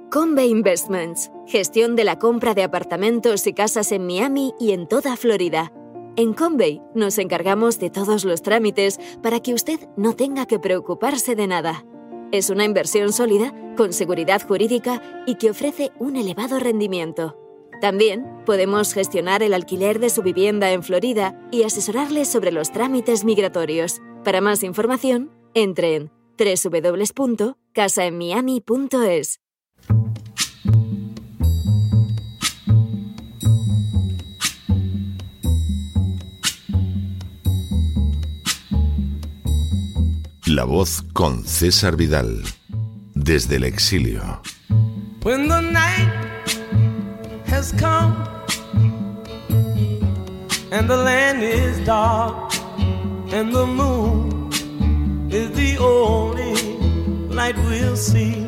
Convey Investments, gestión de la compra de apartamentos y casas en Miami y en toda Florida. En Convey nos encargamos de todos los trámites para que usted no tenga que preocuparse de nada. Es una inversión sólida, con seguridad jurídica y que ofrece un elevado rendimiento. También podemos gestionar el alquiler de su vivienda en Florida y asesorarle sobre los trámites migratorios. Para más información, entre en www.casaenmiami.es. La Voz con César Vidal, desde el exilio. When the night has come and the land is dark and the moon is the only light we'll see.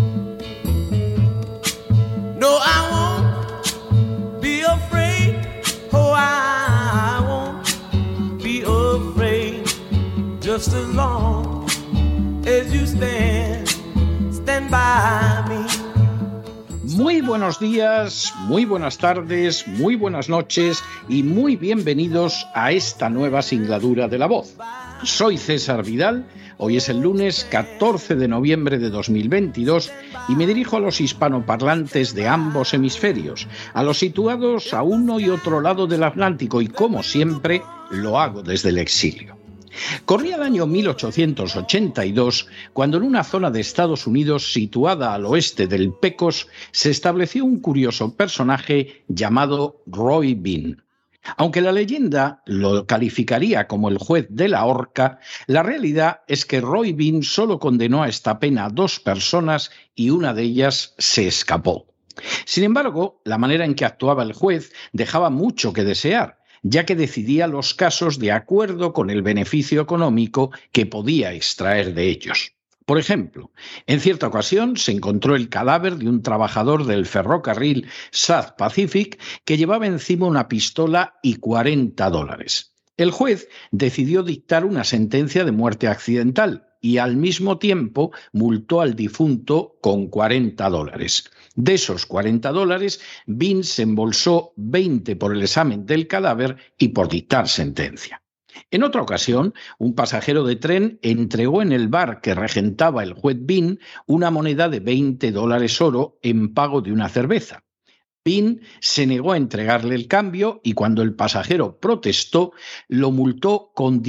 No, I won't be afraid. Oh, I won't be afraid. Just as long as you stand by me. Muy buenos días, muy buenas tardes, muy buenas noches y muy bienvenidos a esta nueva singladura de La Voz. Soy César Vidal, hoy es el lunes 14 de noviembre de 2022 y me dirijo a los hispanoparlantes de ambos hemisferios, a los situados a uno y otro lado del Atlántico y, como siempre, lo hago desde el exilio. Corría el año 1882 cuando en una zona de Estados Unidos situada al oeste del Pecos se estableció un curioso personaje llamado Roy Bean. Aunque la leyenda lo calificaría como el juez de la horca, la realidad es que Roy Bean solo condenó a esta pena a 2 personas y una de ellas se escapó. Sin embargo, la manera en que actuaba el juez dejaba mucho que desear, ya que decidía los casos de acuerdo con el beneficio económico que podía extraer de ellos. Por ejemplo, en cierta ocasión se encontró el cadáver de un trabajador del ferrocarril South Pacific que llevaba encima una pistola y $40. El juez decidió dictar una sentencia de muerte accidental y al mismo tiempo multó al difunto con $40. De esos $40, Bean se embolsó 20 por el examen del cadáver y por dictar sentencia. En otra ocasión, un pasajero de tren entregó en el bar que regentaba el juez Bean una moneda de $20 oro en pago de una cerveza. Bean se negó a entregarle el cambio y cuando el pasajero protestó, lo multó con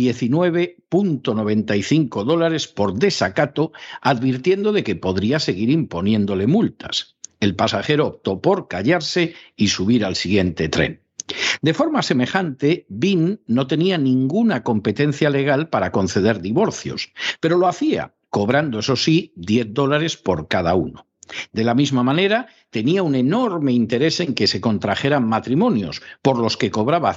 $19.95 por desacato, advirtiendo de que podría seguir imponiéndole multas. El pasajero optó por callarse y subir al siguiente tren. De forma semejante, Bean no tenía ninguna competencia legal para conceder divorcios, pero lo hacía, cobrando, eso sí, $10 por cada uno. De la misma manera, tenía un enorme interés en que se contrajeran matrimonios, por los que cobraba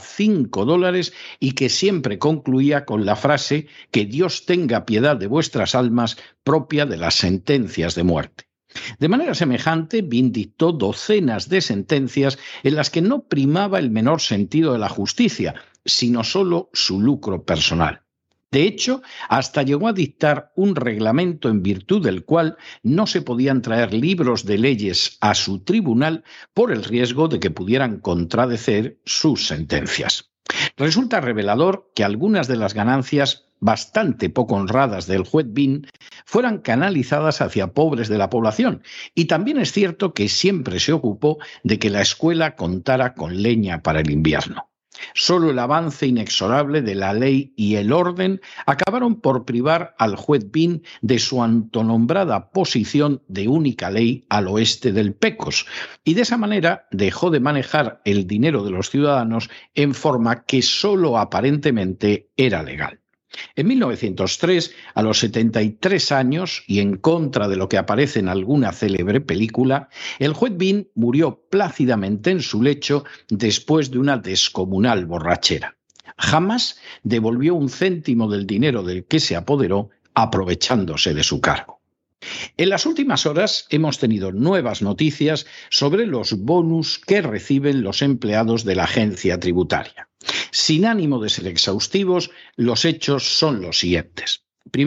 $5 y que siempre concluía con la frase «Que Dios tenga piedad de vuestras almas», propia de las sentencias de muerte. De manera semejante, Bean dictó docenas de sentencias en las que no primaba el menor sentido de la justicia, sino solo su lucro personal. De hecho, hasta llegó a dictar un reglamento en virtud del cual no se podían traer libros de leyes a su tribunal por el riesgo de que pudieran contradecer sus sentencias. Resulta revelador que algunas de las ganancias bastante poco honradas del juez Bean fueran canalizadas hacia pobres de la población, y también es cierto que siempre se ocupó de que la escuela contara con leña para el invierno. Solo el avance inexorable de la ley y el orden acabaron por privar al juez Bean de su autonombrada posición de única ley al oeste del Pecos, y de esa manera dejó de manejar el dinero de los ciudadanos en forma que solo aparentemente era legal. En 1903, a los 73 años, y en contra de lo que aparece en alguna célebre película, el juez Bean murió plácidamente en su lecho después de una descomunal borrachera. Jamás devolvió un céntimo del dinero del que se apoderó, aprovechándose de su cargo. En las últimas horas hemos tenido nuevas noticias sobre los bonus que reciben los empleados de la agencia tributaria. Sin ánimo de ser exhaustivos, los hechos son los siguientes. Primero,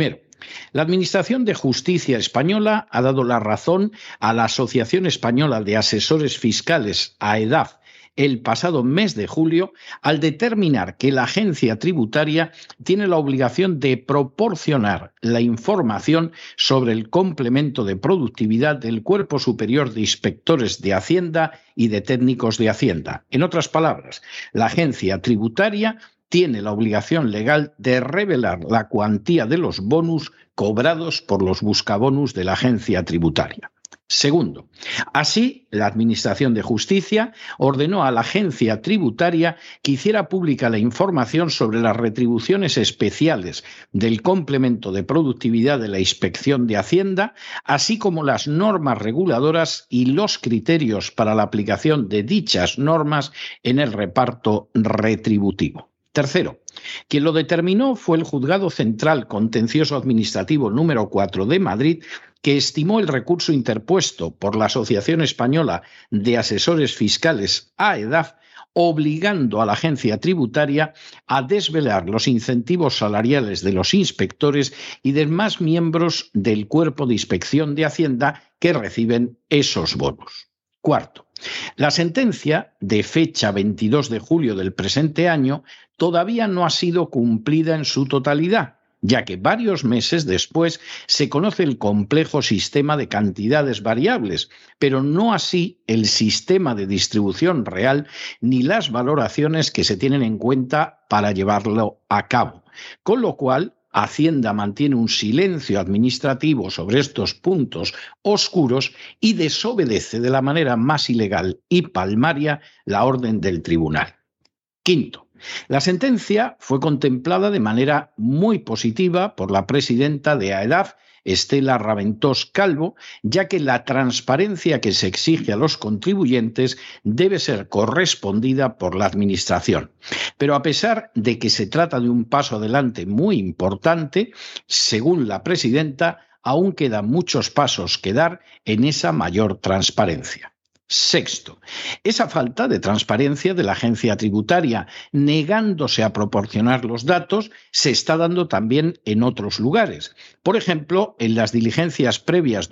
La Administración de Justicia española ha dado la razón a la Asociación Española de Asesores Fiscales, AEDAF, el pasado mes de julio, al determinar que la agencia tributaria tiene la obligación de proporcionar la información sobre el complemento de productividad del Cuerpo Superior de Inspectores de Hacienda y de Técnicos de Hacienda. En otras palabras, la agencia tributaria tiene la obligación legal de revelar la cuantía de los bonus cobrados por los buscabonus de la agencia tributaria. Segundo, así, la Administración de Justicia ordenó a la agencia tributaria que hiciera pública la información sobre las retribuciones especiales del complemento de productividad de la Inspección de Hacienda, así como las normas reguladoras y los criterios para la aplicación de dichas normas en el reparto retributivo. Tercero, quien lo determinó fue el Juzgado Central Contencioso Administrativo número 4 de Madrid, que estimó el recurso interpuesto por la Asociación Española de Asesores Fiscales, AEDAF, obligando a la agencia tributaria a desvelar los incentivos salariales de los inspectores y demás miembros del Cuerpo de Inspección de Hacienda que reciben esos bonos. Cuarto, la sentencia, de fecha 22 de julio del presente año, todavía no ha sido cumplida en su totalidad, ya que varios meses después se conoce el complejo sistema de cantidades variables, pero no así el sistema de distribución real ni las valoraciones que se tienen en cuenta para llevarlo a cabo. Con lo cual, Hacienda mantiene un silencio administrativo sobre estos puntos oscuros y desobedece de la manera más ilegal y palmaria la orden del tribunal. Quinto, la sentencia fue contemplada de manera muy positiva por la presidenta de AEDAF, Estela Raventós Calvo, ya que la transparencia que se exige a los contribuyentes debe ser correspondida por la Administración. Pero a pesar de que se trata de un paso adelante muy importante, según la presidenta, aún quedan muchos pasos que dar en esa mayor transparencia. Sexto, esa falta de transparencia de la agencia tributaria, negándose a proporcionar los datos, se está dando también en otros lugares. Por ejemplo, en las diligencias previas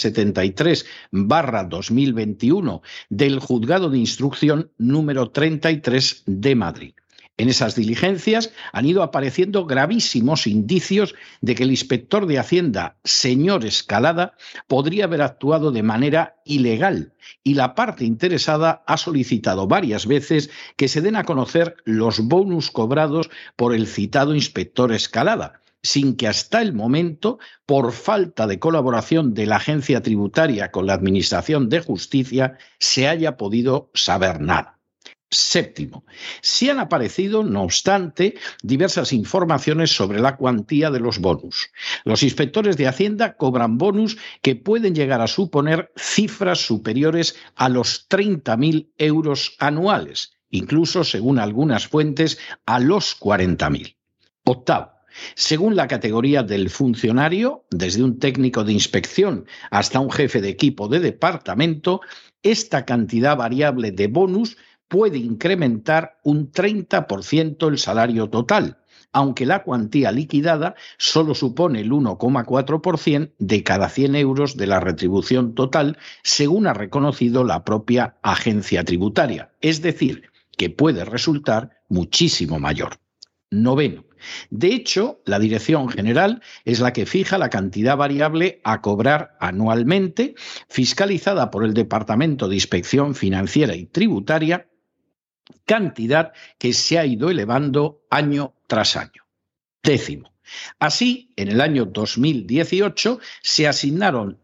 2073/2021 del Juzgado de Instrucción número 33 de Madrid. En esas diligencias han ido apareciendo gravísimos indicios de que el inspector de Hacienda, señor Escalada, podría haber actuado de manera ilegal y la parte interesada ha solicitado varias veces que se den a conocer los bonus cobrados por el citado inspector Escalada, sin que hasta el momento, por falta de colaboración de la agencia tributaria con la Administración de Justicia, se haya podido saber nada. Séptimo, sí han aparecido, no obstante, diversas informaciones sobre la cuantía de los bonus. Los inspectores de Hacienda cobran bonus que pueden llegar a suponer cifras superiores a los 30.000 euros anuales, incluso, según algunas fuentes, a los 40.000. Octavo, según la categoría del funcionario, desde un técnico de inspección hasta un jefe de equipo de departamento, esta cantidad variable de bonus puede incrementar un 30% el salario total, aunque la cuantía liquidada solo supone el 1,4% de cada 100 euros de la retribución total, según ha reconocido la propia agencia tributaria, es decir, que puede resultar muchísimo mayor. Noveno. De hecho, la Dirección General es la que fija la cantidad variable a cobrar anualmente, fiscalizada por el Departamento de Inspección Financiera y Tributaria, cantidad que se ha ido elevando año tras año. Décimo. Así, en el año 2018 se asignaron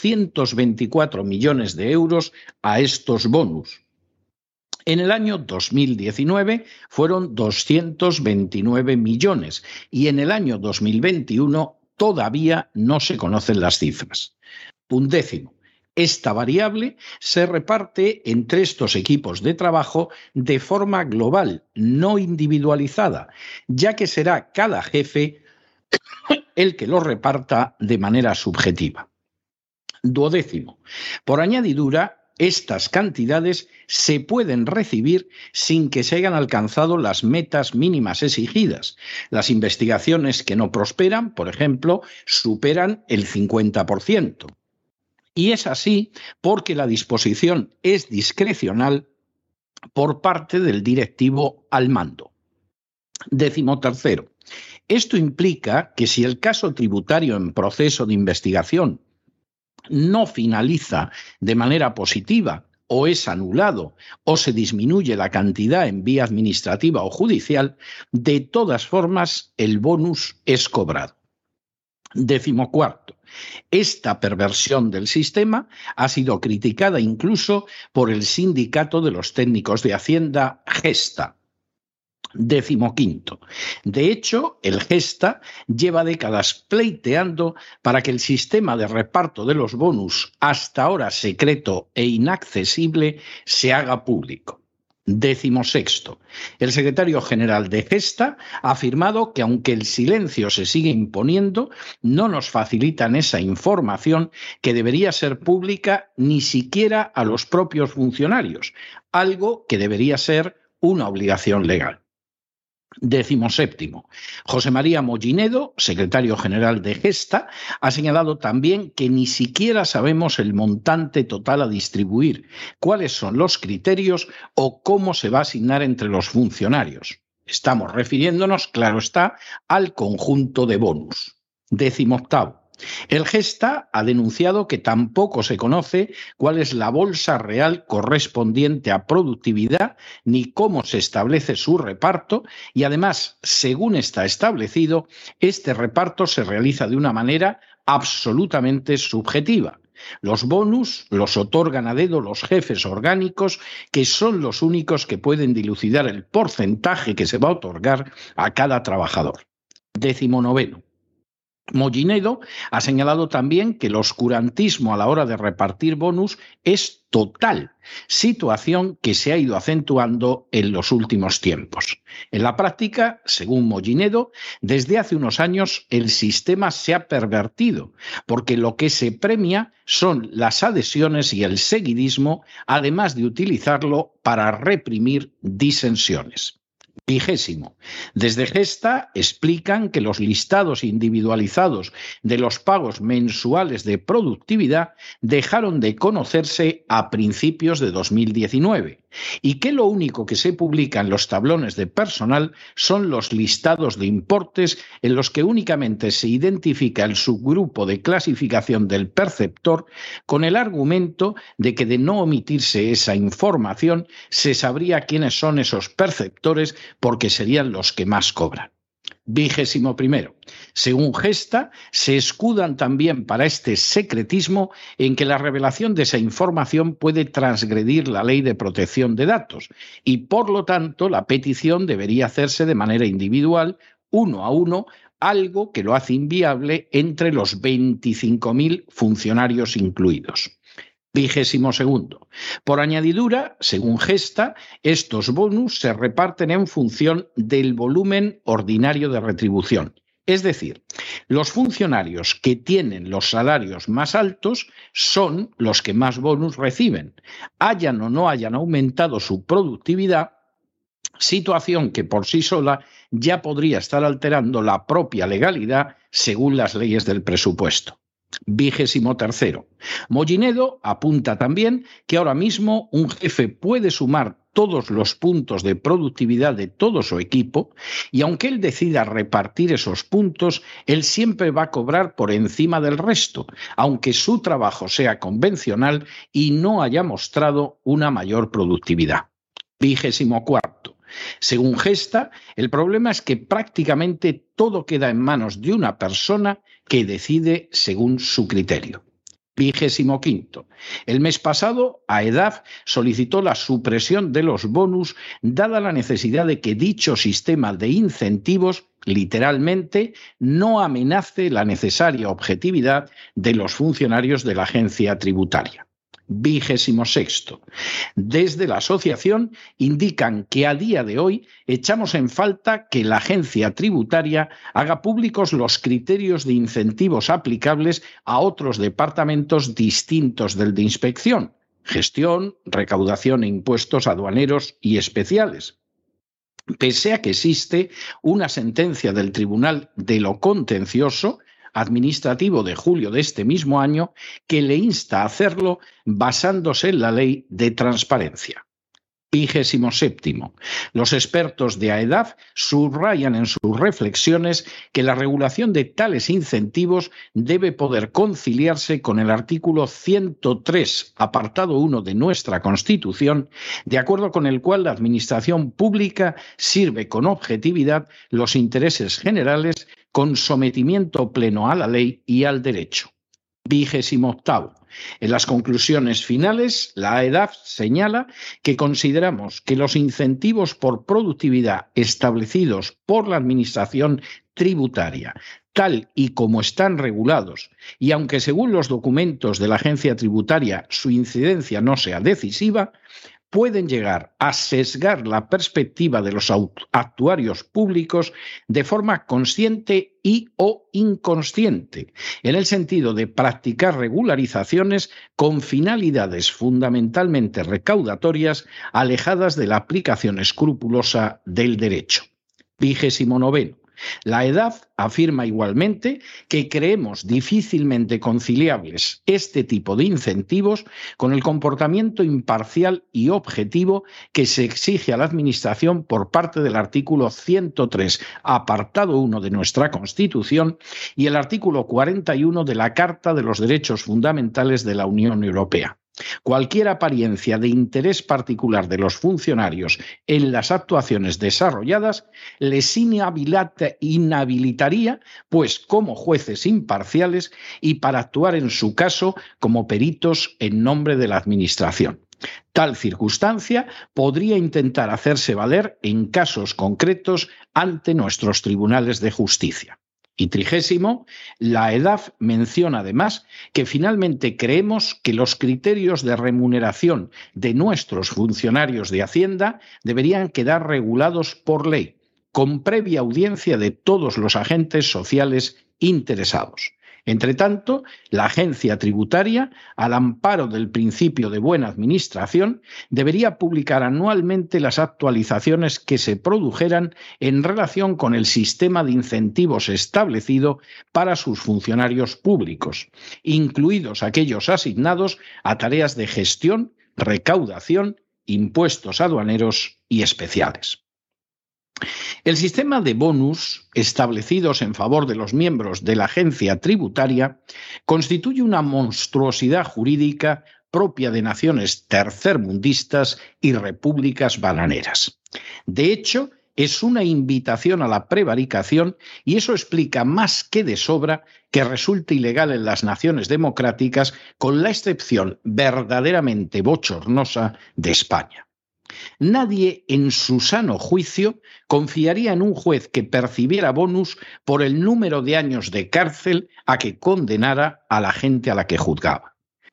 224 millones de euros a estos bonus. En el año 2019 fueron 229 millones y en el año 2021 todavía no se conocen las cifras. Undécimo. Esta variable se reparte entre estos equipos de trabajo de forma global, no individualizada, ya que será cada jefe el que lo reparta de manera subjetiva. Duodécimo. Por añadidura, Estas cantidades se pueden recibir sin que se hayan alcanzado las metas mínimas exigidas. Las investigaciones que no prosperan, por ejemplo, superan el 50%. Y es así porque la disposición es discrecional por parte del directivo al mando. 13. Esto implica que si el caso tributario en proceso de investigación no finaliza de manera positiva o es anulado o se disminuye la cantidad en vía administrativa o judicial, de todas formas el bonus es cobrado. 14. Esta perversión del sistema ha sido criticada incluso por el Sindicato de los Técnicos de Hacienda, Gesta. 15. De hecho, el Gesta lleva décadas pleiteando para que el sistema de reparto de los bonus, hasta ahora secreto e inaccesible, se haga público. 16. El secretario general de Gesta ha afirmado que aunque el silencio se sigue imponiendo, no nos facilitan esa información que debería ser pública ni siquiera a los propios funcionarios, algo que debería ser una obligación legal. 17. José María Mollinedo, secretario general de Gesta, ha señalado también que ni siquiera sabemos el montante total a distribuir, cuáles son los criterios o cómo se va a asignar entre los funcionarios. Estamos refiriéndonos, claro está, al conjunto de bonus. 18. El Gesta ha denunciado que tampoco se conoce cuál es la bolsa real correspondiente a productividad ni cómo se establece su reparto y además, según está establecido, este reparto se realiza de una manera absolutamente subjetiva. Los bonus los otorgan a dedo los jefes orgánicos, que son los únicos que pueden dilucidar el porcentaje que se va a otorgar a cada trabajador. 19. Mollinedo ha señalado también que el oscurantismo a la hora de repartir bonus es total, situación que se ha ido acentuando en los últimos tiempos. En la práctica, según Mollinedo, desde hace unos años el sistema se ha pervertido, porque lo que se premia son las adhesiones y el seguidismo, además de utilizarlo para reprimir disensiones. 20. Desde Gesta explican que los listados individualizados de los pagos mensuales de productividad dejaron de conocerse a principios de 2019 y que lo único que se publica en los tablones de personal son los listados de importes en los que únicamente se identifica el subgrupo de clasificación del perceptor con el argumento de que de no omitirse esa información se sabría quiénes son esos perceptores porque serían los que más cobran. 21. Según Gesta, se escudan también para este secretismo en que la revelación de esa información puede transgredir la ley de protección de datos y, por lo tanto, la petición debería hacerse de manera individual, uno a uno, algo que lo hace inviable entre los 25.000 funcionarios incluidos. 22. Por añadidura, según Gesta, estos bonus se reparten en función del volumen ordinario de retribución. Es decir, los funcionarios que tienen los salarios más altos son los que más bonus reciben, hayan o no hayan aumentado su productividad, situación que por sí sola ya podría estar alterando la propia legalidad según las leyes del presupuesto. 23. Mollinedo apunta también que ahora mismo un jefe puede sumar todos los puntos de productividad de todo su equipo y aunque él decida repartir esos puntos, él siempre va a cobrar por encima del resto, aunque su trabajo sea convencional y no haya mostrado una mayor productividad. 24. Según Gesta, el problema es que prácticamente todo queda en manos de una persona que decide según su criterio. 25. El mes pasado, AEDAF solicitó la supresión de los bonus dada la necesidad de que dicho sistema de incentivos, literalmente, no amenace la necesaria objetividad de los funcionarios de la agencia tributaria. 26. Desde la asociación indican que a día de hoy echamos en falta que la agencia tributaria haga públicos los criterios de incentivos aplicables a otros departamentos distintos del de inspección. gestión, recaudación e impuestos aduaneros y especiales, pese a que existe una sentencia del Tribunal de lo Contencioso Administrativo de julio de este mismo año que le insta a hacerlo basándose en la Ley de Transparencia. 27. Los expertos de AEDAF subrayan en sus reflexiones que la regulación de tales incentivos debe poder conciliarse con el artículo 103, apartado 1 de nuestra Constitución, de acuerdo con el cual la administración pública sirve con objetividad los intereses generales con sometimiento pleno a la ley y al derecho. 28. En las conclusiones finales, la AEDAF señala que consideramos que los incentivos por productividad establecidos por la Administración tributaria, tal y como están regulados, y aunque según los documentos de la agencia tributaria su incidencia no sea decisiva, pueden llegar a sesgar la perspectiva de los actuarios públicos de forma consciente y o inconsciente, en el sentido de practicar regularizaciones con finalidades fundamentalmente recaudatorias alejadas de la aplicación escrupulosa del derecho. 29. La AEDAF afirma igualmente que creemos difícilmente conciliables este tipo de incentivos con el comportamiento imparcial y objetivo que se exige a la Administración por parte del artículo 103, apartado 1 de nuestra Constitución y el artículo 41 de la Carta de los Derechos Fundamentales de la Unión Europea. Cualquier apariencia de interés particular de los funcionarios en las actuaciones desarrolladas les inhabilitaría, pues, como jueces imparciales y para actuar en su caso como peritos en nombre de la Administración. Tal circunstancia podría intentar hacerse valer en casos concretos ante nuestros tribunales de justicia. Y 30, la AEDAF menciona además que finalmente creemos que los criterios de remuneración de nuestros funcionarios de Hacienda deberían quedar regulados por ley, con previa audiencia de todos los agentes sociales interesados. Entre tanto, la agencia tributaria, al amparo del principio de buena administración, debería publicar anualmente las actualizaciones que se produjeran en relación con el sistema de incentivos establecido para sus funcionarios públicos, incluidos aquellos asignados a tareas de gestión, recaudación, impuestos aduaneros y especiales. El sistema de bonus establecidos en favor de los miembros de la agencia tributaria constituye una monstruosidad jurídica propia de naciones tercermundistas y repúblicas bananeras. De hecho, es una invitación a la prevaricación y eso explica más que de sobra que resulte ilegal en las naciones democráticas, con la excepción verdaderamente bochornosa de España. Nadie en su sano juicio confiaría en un juez que percibiera bonus por el número de años de cárcel a que condenara a la gente a la que juzgaba.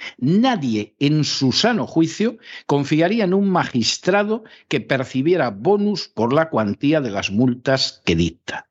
Nadie en su sano juicio confiaría en un magistrado que percibiera bonus por la cuantía de las multas que dicta.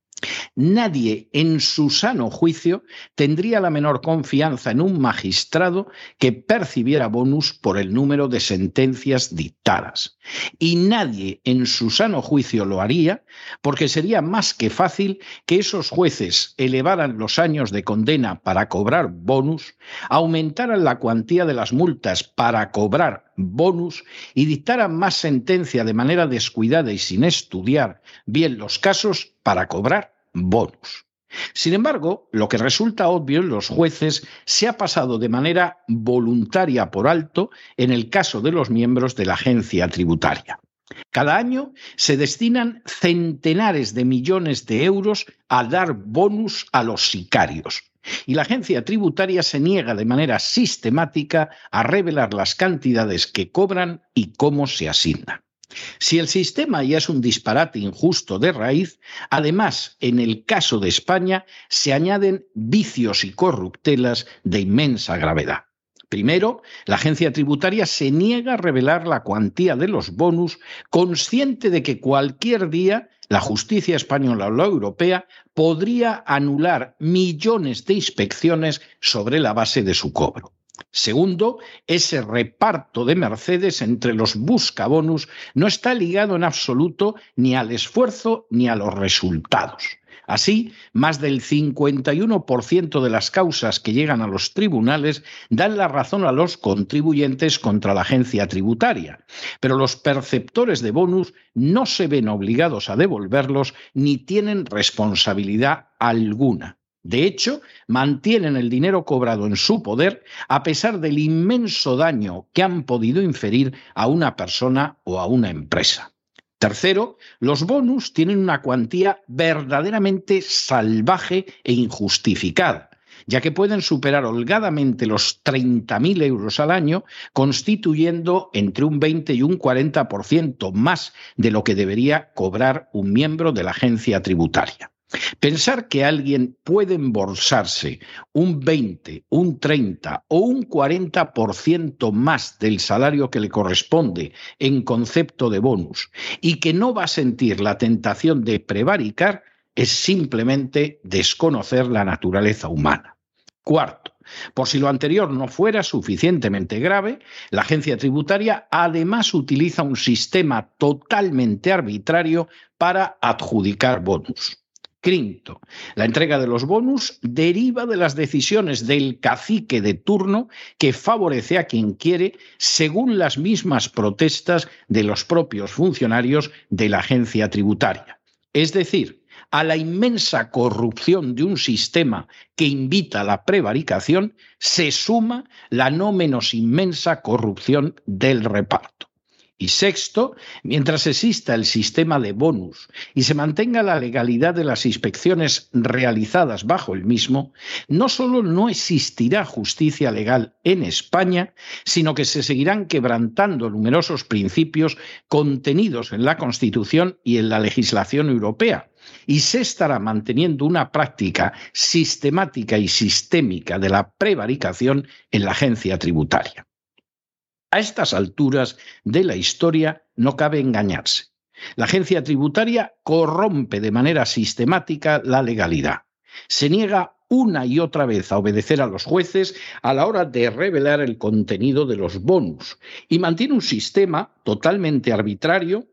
Nadie en su sano juicio tendría la menor confianza en un magistrado que percibiera bonus por el número de sentencias dictadas. Y nadie en su sano juicio lo haría porque sería más que fácil que esos jueces elevaran los años de condena para cobrar bonus, aumentaran la cuantía de las multas para cobrar bonus y dictaran más sentencia de manera descuidada y sin estudiar bien los casos para cobrar bonus. Sin embargo, lo que resulta obvio en los jueces se ha pasado de manera voluntaria por alto en el caso de los miembros de la agencia tributaria. Cada año se destinan centenares de millones de euros a dar bonus a los sicarios. Y la agencia tributaria se niega de manera sistemática a revelar las cantidades que cobran y cómo se asignan. Si el sistema ya es un disparate injusto de raíz, además, en el caso de España, se añaden vicios y corruptelas de inmensa gravedad. Primero, la agencia tributaria se niega a revelar la cuantía de los bonus, consciente de que cualquier día la justicia española o la europea podría anular millones de inspecciones sobre la base de su cobro. Segundo, ese reparto de mercedes entre los buscabonus no está ligado en absoluto ni al esfuerzo ni a los resultados. Así, más del 51% de las causas que llegan a los tribunales dan la razón a los contribuyentes contra la agencia tributaria, pero los perceptores de bonus no se ven obligados a devolverlos ni tienen responsabilidad alguna. De hecho, mantienen el dinero cobrado en su poder a pesar del inmenso daño que han podido inferir a una persona o a una empresa. Tercero, los bonus tienen una cuantía verdaderamente salvaje e injustificada, ya que pueden superar holgadamente los 30.000 euros al año, constituyendo entre un 20 y un 40% más de lo que debería cobrar un miembro de la agencia tributaria. Pensar que alguien puede embolsarse un 20, un 30 o un 40% más del salario que le corresponde en concepto de bonus y que no va a sentir la tentación de prevaricar es simplemente desconocer la naturaleza humana. Cuarto, por si lo anterior no fuera suficientemente grave, la agencia tributaria además utiliza un sistema totalmente arbitrario para adjudicar bonus. Quinto, la entrega de los bonus deriva de las decisiones del cacique de turno que favorece a quien quiere según las mismas protestas de los propios funcionarios de la agencia tributaria. Es decir, a la inmensa corrupción de un sistema que invita a la prevaricación se suma la no menos inmensa corrupción del reparto. Y sexto, mientras exista el sistema de bonus y se mantenga la legalidad de las inspecciones realizadas bajo el mismo, no solo no existirá justicia legal en España, sino que se seguirán quebrantando numerosos principios contenidos en la Constitución y en la legislación europea, y se estará manteniendo una práctica sistemática y sistémica de la prevaricación en la agencia tributaria. A estas alturas de la historia no cabe engañarse. La agencia tributaria corrompe de manera sistemática la legalidad. Se niega una y otra vez a obedecer a los jueces a la hora de revelar el contenido de los bonus y mantiene un sistema totalmente arbitrario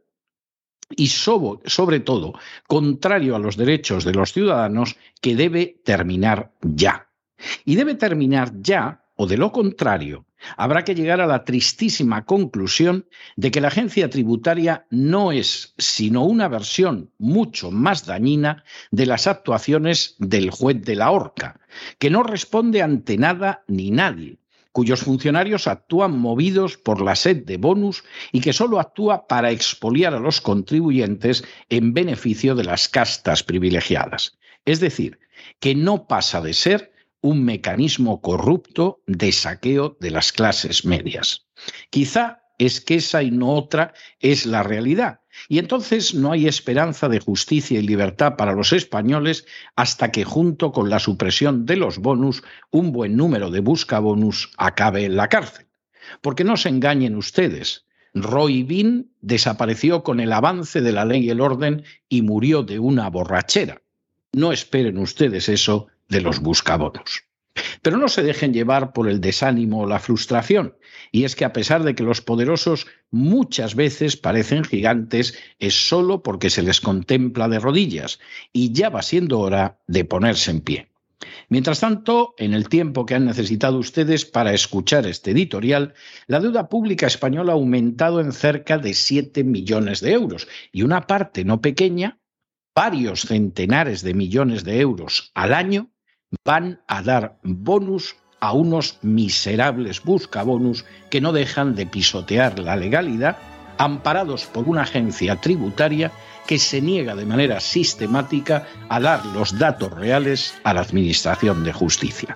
y sobre todo contrario a los derechos de los ciudadanos que debe terminar ya. Y debe terminar ya, o de lo contrario, habrá que llegar a la tristísima conclusión de que la agencia tributaria no es sino una versión mucho más dañina de las actuaciones del juez de la horca, que no responde ante nada ni nadie, cuyos funcionarios actúan movidos por la sed de bonus y que solo actúa para expoliar a los contribuyentes en beneficio de las castas privilegiadas. Es decir, que no pasa de ser un mecanismo corrupto de saqueo de las clases medias. Quizá es que esa y no otra es la realidad, y entonces no hay esperanza de justicia y libertad para los españoles hasta que, junto con la supresión de los bonus, un buen número de buscabonus acabe en la cárcel. Porque no se engañen ustedes, Roy Bean desapareció con el avance de la ley y el orden y murió de una borrachera. No esperen ustedes eso de los buscabonus. Pero no se dejen llevar por el desánimo o la frustración, y es que a pesar de que los poderosos muchas veces parecen gigantes, es solo porque se les contempla de rodillas, y ya va siendo hora de ponerse en pie. Mientras tanto, en el tiempo que han necesitado ustedes para escuchar este editorial, la deuda pública española ha aumentado en cerca de 7 millones de euros, y una parte no pequeña, varios centenares de millones de euros al año, van a dar bonus a unos miserables buscabonus que no dejan de pisotear la legalidad, amparados por una agencia tributaria que se niega de manera sistemática a dar los datos reales a la Administración de Justicia.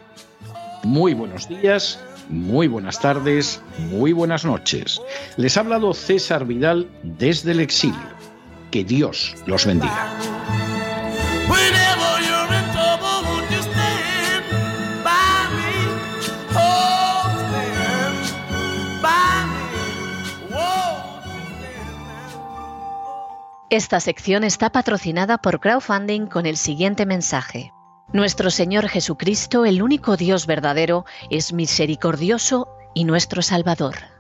Muy buenos días, muy buenas tardes, muy buenas noches. Les ha hablado César Vidal desde el exilio. Que Dios los bendiga. Esta sección está patrocinada por Crowdfunding con el siguiente mensaje. Nuestro Señor Jesucristo, el único Dios verdadero, es misericordioso y nuestro Salvador.